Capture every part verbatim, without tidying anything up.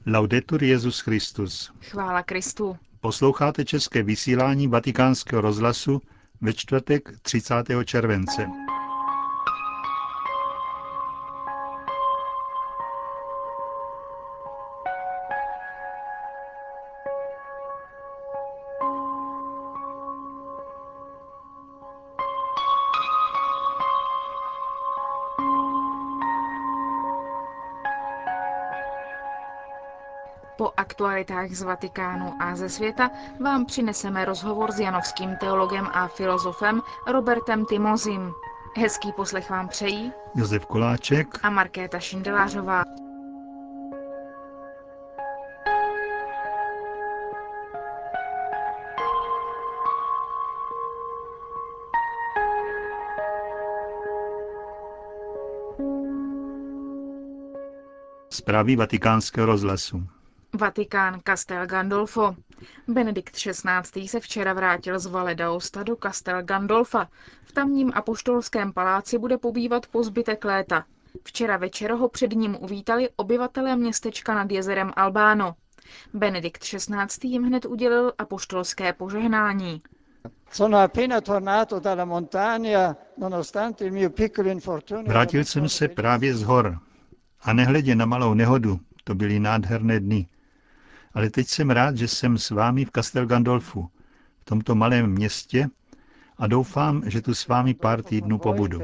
Laudetur Jesus Christus. Chvála Kristu. Posloucháte české vysílání Vatikánského rozhlasu ve čtvrtek třicátého července. Po aktualitách z Vatikánu a ze světa vám přineseme rozhovor s janovským teologem a filozofem Robertem Timozim. Hezký poslech vám přejí Josef Koláček a Markéta Šindelářová. Zprávy Vatikánského rozhlasu. Vatikán, Castel Gandolfo. Benedikt šestnáctý. se včera vrátil z Valle d'Aosta do Castel Gandolfa. V tamním apoštolském paláci bude pobývat po zbytek léta. Včera večer ho před ním uvítali obyvatelé městečka nad jezerem Albano. Benedikt šestnáctý. jim hned udělil apoštolské požehnání. Vrátil jsem se právě z hor a nehledě na malou nehodu, to byly nádherné dny. Ale teď jsem rád, že jsem s vámi v Castel Gandolfu, v tomto malém městě, a doufám, že tu s vámi pár týdnů pobudu.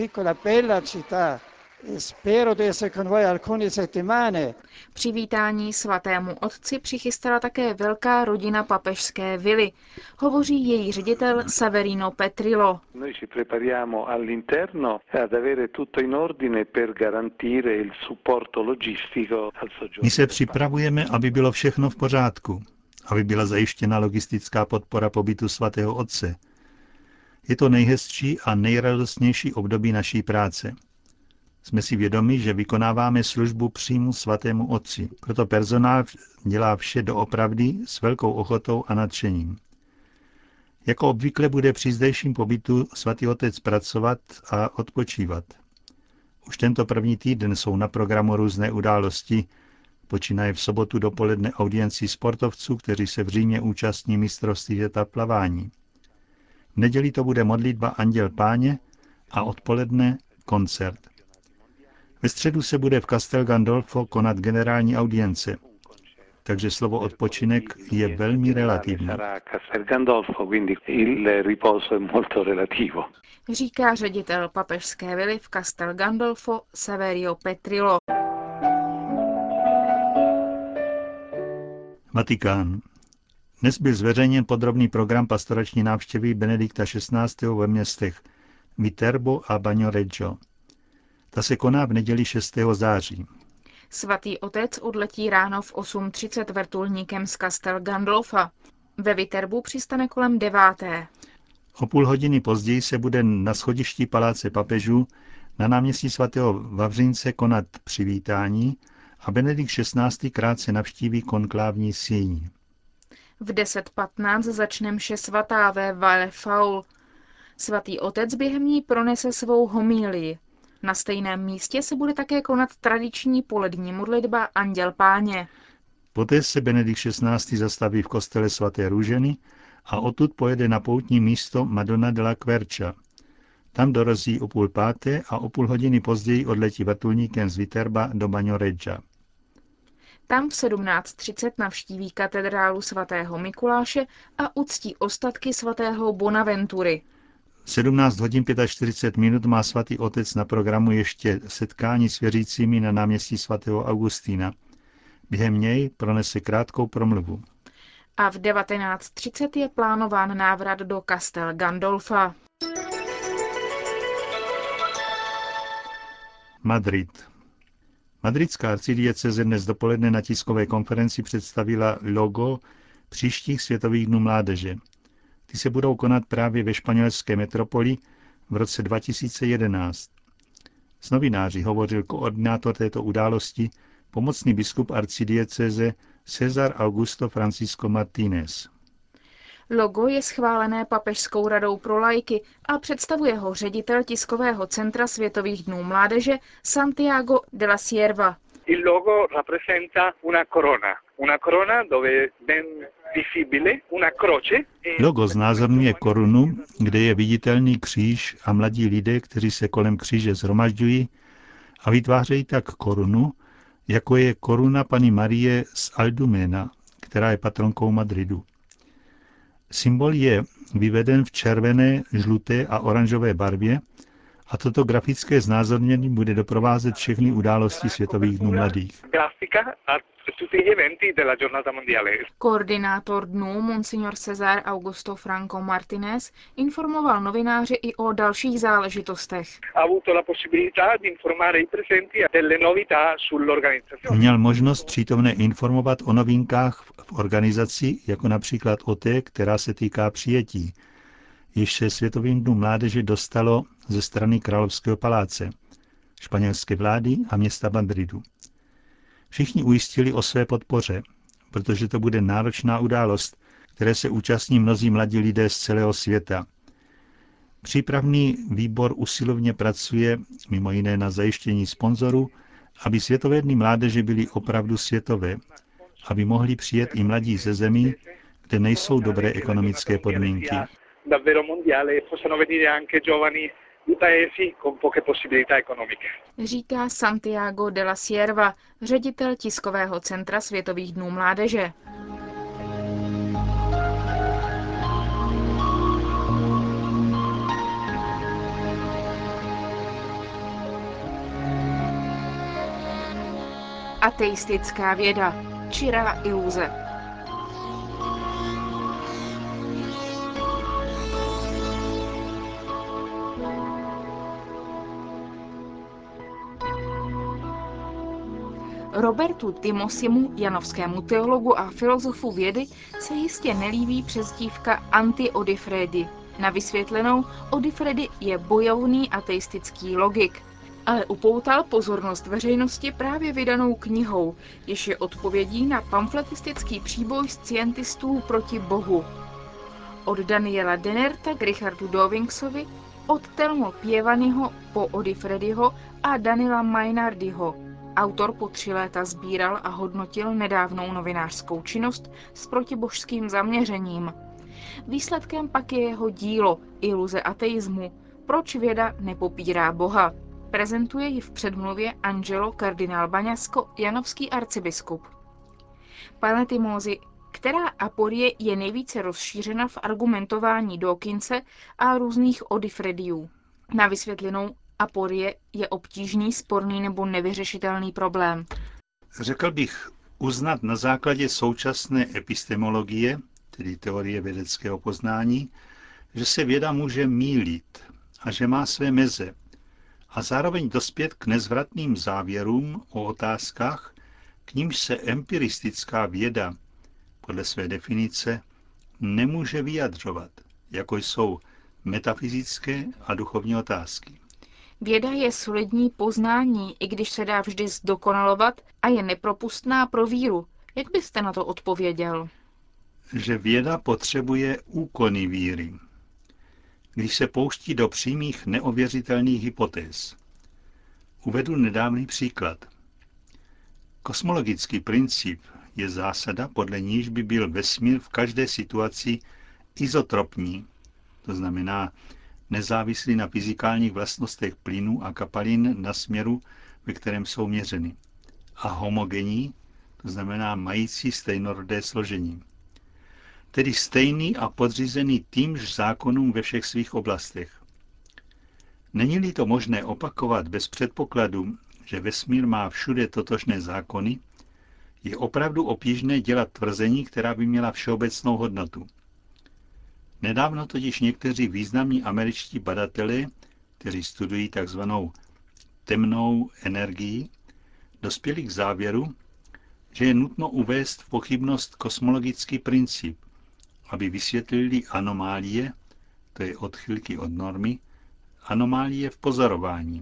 Přivítání svatému otci přichystala také velká rodina papežské vily. Hovoří její ředitel Saverino Petrillo. My se připravujeme, aby bylo všechno v pořádku, aby byla zajištěna logistická podpora pobytu svatého otce. Je to nejhezčí a nejradostnější období naší práce. Jsme si vědomi, že vykonáváme službu přímo svatému otci. Proto personál dělá vše doopravdy s velkou ochotou a nadšením. Jako obvykle bude při zdejším pobytu svatý otec pracovat a odpočívat. Už tento první týden jsou na programu různé události, počínaje v sobotu dopoledne audienci sportovců, kteří se v Římě účastní mistrovství světa v plavání. V neděli to bude modlitba Anděl Páně a odpoledne koncert. Ve středu se bude v Castel Gandolfo konat generální audience, takže slovo odpočinek je velmi relativní. Říká ředitel papežské vily v Castel Gandolfo Saverio Petrillo. Vatikán. Dnes byl zveřejněn podrobný program pastorační návštěvy Benedikta šestnáctého. ve městech Viterbo a Bagnoregio. Ta se koná v neděli šestého září. Svatý otec odletí ráno v osm třicet vrtulníkem z Castel Gandolfa. Ve Viterbu přistane kolem deváté. O půl hodiny později se bude na schodišti paláce papežů na náměstí svatého Vavřince konat přivítání a Benedikt šestnáctý. krátce navštíví konklávní síň. V deset patnáct začne mše svatá ve Valle Faul. Svatý otec během ní pronese svou homílii. Na stejném místě se bude také konat tradiční polední modlitba Anděl Páně. Poté se Benedikt šestnáctý. zastaví v kostele svaté Růženy a odtud pojede na poutní místo Madonna della Quercia. Tam dorazí o půl páté a o půl hodiny později odletí vrtulníkem z Viterba do Bagnoreggia. Tam v sedmnáct třicet navštíví katedrálu svatého Mikuláše a uctí ostatky svatého Bonaventury. sedmnáct hodin čtyřicet pět minut má svatý otec na programu ještě setkání s věřícími na náměstí svatého Augustína. Během něj pronese krátkou promluvu. A v devatenáct třicet je plánován návrat do Castel Gandolfa. Madrid. Madridská arcidieceze dnes dopoledne na tiskové konferenci představila logo příštích světových dnů mládeže. Ty se budou konat právě ve španělské metropoli v roce dva tisíce jedenáct. S novináři hovořil koordinátor této události, pomocný biskup arcidiecéze César Augusto Francisco Martínez. Logo je schválené Papežskou radou pro laiky a představuje ho ředitel tiskového centra Světových dnů mládeže Santiago de la Sierva. Il logo rappresenta una corona, una corona dove è ben visibile una croce. Logo znázorňuje korunu, kde je viditelný kříž a mladí lidé, kteří se kolem kříže shromažďují a vytvářejí tak korunu, jako je koruna Panny Marie z Aldumena, která je patronkou Madridu. Symbol je vyveden v červené, žluté a oranžové barvě a toto grafické znázornění bude doprovázet všechny události Světových dnů mladých. Koordinátor dnů Monsignor César Augusto Franco Martinez informoval novináře i o dalších záležitostech. Měl možnost přítomné informovat o novinkách v organizaci, jako například o té, která se týká přijetí, jež se Světovým dnům mládeže dostalo ze strany Královského paláce, španělské vlády a města Madridu. Všichni ujistili o své podpoře, protože to bude náročná událost, které se účastní mnozí mladí lidé z celého světa. Přípravný výbor usilovně pracuje mimo jiné na zajištění sponzorů, aby Světové dny mládeže byly opravdu světové, aby mohli přijet i mladí ze zemí, kde nejsou dobré ekonomické podmínky. Říká Santiago de la Sierva, ředitel tiskového centra Světových dnů mládeže. Ateistická věda, čirá iluze. Robertu Timosimu, janovskému teologu a filozofu vědy, se jistě nelíbí přezdívka anti-Odifredi. Na vysvětlenou, Odifredi je bojovný ateistický logik, ale upoutal pozornost veřejnosti právě vydanou knihou, jež je odpovědí na pamfletistický příboj scientistů proti Bohu. Od Daniela Denerta k Richardu Dawkingsovi, od Telmo Pievanyho po Odifrediho a Daniela Maynardyho. Autor po tři léta sbíral a hodnotil nedávnou novinářskou činnost s protibožským zaměřením. Výsledkem pak je jeho dílo Iluze ateismu. Proč věda nepopírá Boha? Prezentuje ji v předmluvě Angelo kardinál Baňasko, janovský arcibiskup. Pane Timosi, která aporie je nejvíce rozšířena v argumentování Dawkinse a různých Odifrediů? Na vysvětlenou, aporie je obtížný, sporný nebo nevyřešitelný problém. Řekl bych uznat na základě současné epistemologie, tedy teorie vědeckého poznání, že se věda může mýlit a že má své meze a zároveň dospět k nezvratným závěrům o otázkách, k nímž se empiristická věda podle své definice nemůže vyjadřovat, jako jsou metafyzické a duchovní otázky. Věda je solidní poznání, i když se dá vždy zdokonalovat a je nepropustná pro víru. Jak byste na to odpověděl? Že věda potřebuje úkony víry, když se pouští do přímých neověřitelných hypotéz. Uvedu nedávný příklad. Kosmologický princip je zásada, podle níž by byl vesmír v každé situaci izotropní, to znamená nezávislý na fyzikálních vlastnostech plynů a kapalin na směru, ve kterém jsou měřeny, a homogenní, to znamená mající stejnorodé složení. Tedy stejný a podřízený týmž zákonům ve všech svých oblastech. Není-li to možné opakovat bez předpokladu, že vesmír má všude totožné zákony, je opravdu obtížné dělat tvrzení, která by měla všeobecnou hodnotu. Nedávno totiž někteří významní američtí badatelé, kteří studují tzv. Temnou energii, dospěli k závěru, že je nutno uvést v pochybnost kosmologický princip, aby vysvětlili anomálie, to je odchylky od normy, anomálie v pozorování.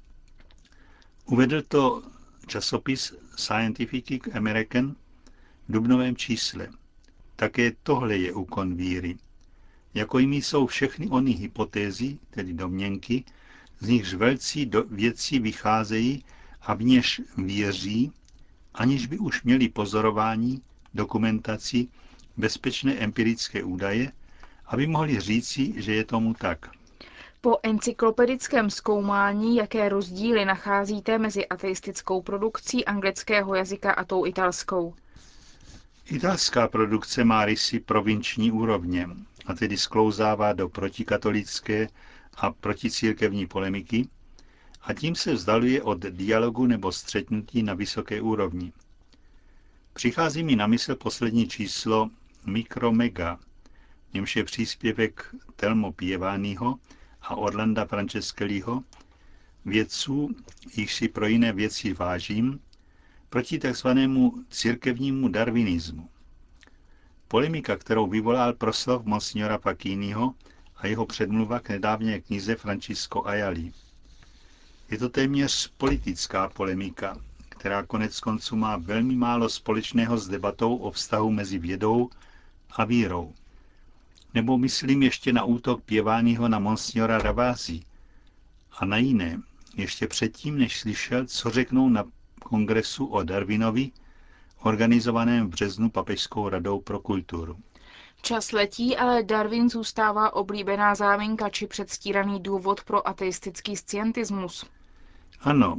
Uvedl to časopis Scientific American v dubnovém čísle. Také tohle je úkon víry. Jako jimi jsou všechny ony hypotézy, tedy domněnky, z nichž velcí do věcí vycházejí a v něž věří, aniž by už měli pozorování, dokumentaci, bezpečné empirické údaje, aby mohli říci, že je tomu tak. Po encyklopedickém zkoumání, jaké rozdíly nacházíte mezi ateistickou produkcí anglického jazyka a tou italskou? Italská produkce má rysy provinční úrovně, a tedy sklouzává do protikatolické a proticírkevní polemiky, a tím se vzdaluje od dialogu nebo střetnutí na vysoké úrovni. Přichází mi na mysl poslední číslo Micromega, v němž je příspěvek Telmo Pieványho a Orlanda Franceschelliho, vědců, jichž si pro jiné věci vážím, proti takzvanému církevnímu darwinismu. Polemika, kterou vyvolal proslov monsignora Paciniho a jeho předmluva k nedávné knize Francisco Ayali. Je to téměř politická polemika, která konec konců má velmi málo společného s debatou o vztahu mezi vědou a vírou. Nebo myslím ještě na útok Pieványho na monsignora Ravasi a na jiné, ještě předtím, než slyšel, co řeknou na kongresu o Darwinovi, organizovaném v březnu Papežskou radou pro kulturu. Čas letí, ale Darwin zůstává oblíbená záminka či předstíraný důvod pro ateistický scientismus. Ano,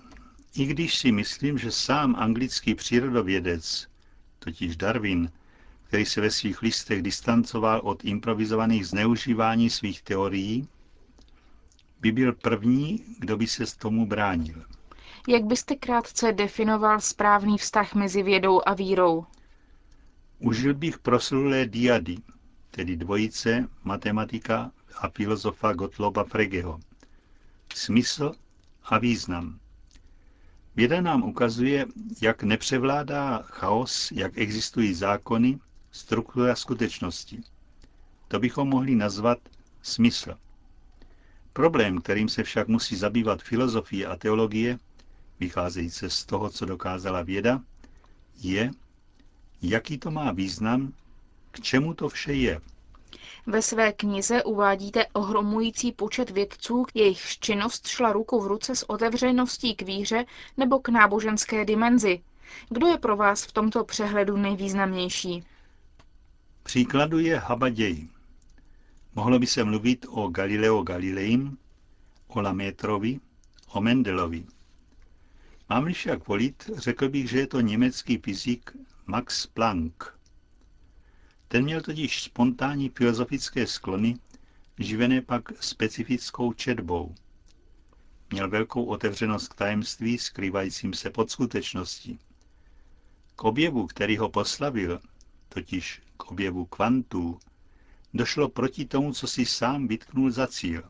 i když si myslím, že sám anglický přírodovědec, totiž Darwin, který se ve svých listech distancoval od improvizovaných zneužívání svých teorií, by byl první, kdo by se s tomu bránil. Jak byste krátce definoval správný vztah mezi vědou a vírou? Užil bych proslulé diady, tedy dvojice matematika a filozofa Gottloba Fregeho. Smysl a význam. Věda nám ukazuje, jak nepřevládá chaos, jak existují zákony, struktura skutečnosti. To bychom mohli nazvat smysl. Problém, kterým se však musí zabývat filozofie a teologie, vycházející z toho, co dokázala věda, je, jaký to má význam, k čemu to vše je. Ve své knize uvádíte ohromující počet vědců, jejichž činnost šla ruku v ruce s otevřeností k víře nebo k náboženské dimenzi. Kdo je pro vás v tomto přehledu nejvýznamnější? Příkladu je Habaděj. Mohlo by se mluvit o Galileo Galileim, o Lamétrovi, o Mendelovi. Mám-li však volit, řekl bych, že je to německý fyzik Max Planck. Ten měl totiž spontánní filozofické sklony, živené pak specifickou četbou. Měl velkou otevřenost k tajemství, skrývajícím se pod skutečností. K objevu, který ho poslavil, totiž k objevu kvantů, došlo proti tomu, co si sám vytknul za cíl.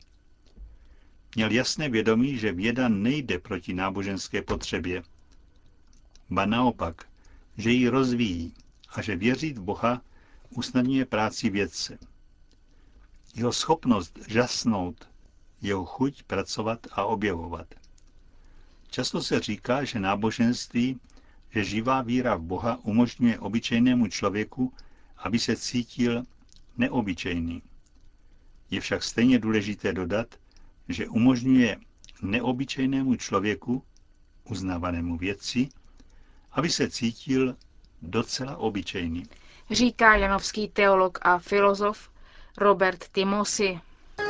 Měl jasné vědomí, že věda nejde proti náboženské potřebě, ba naopak, že ji rozvíjí a že věřit v Boha usnadňuje práci vědce. Jeho schopnost žasnout, jeho chuť pracovat a objevovat. Často se říká, že náboženství, že živá víra v Boha umožňuje obyčejnému člověku, aby se cítil neobyčejný. Je však stejně důležité dodat, že umožňuje neobyčejnému člověku, uznávanému vědci, aby se cítil docela obyčejný. Říká janovský teolog a filozof Robert Timosy.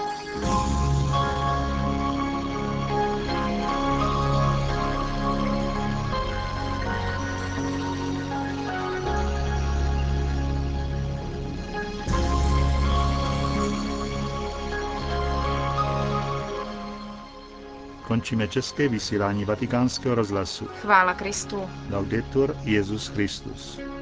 Končíme české vysílání Vatikánského rozhlasu. Chvála Kristu. Laudetur Jesus Christus.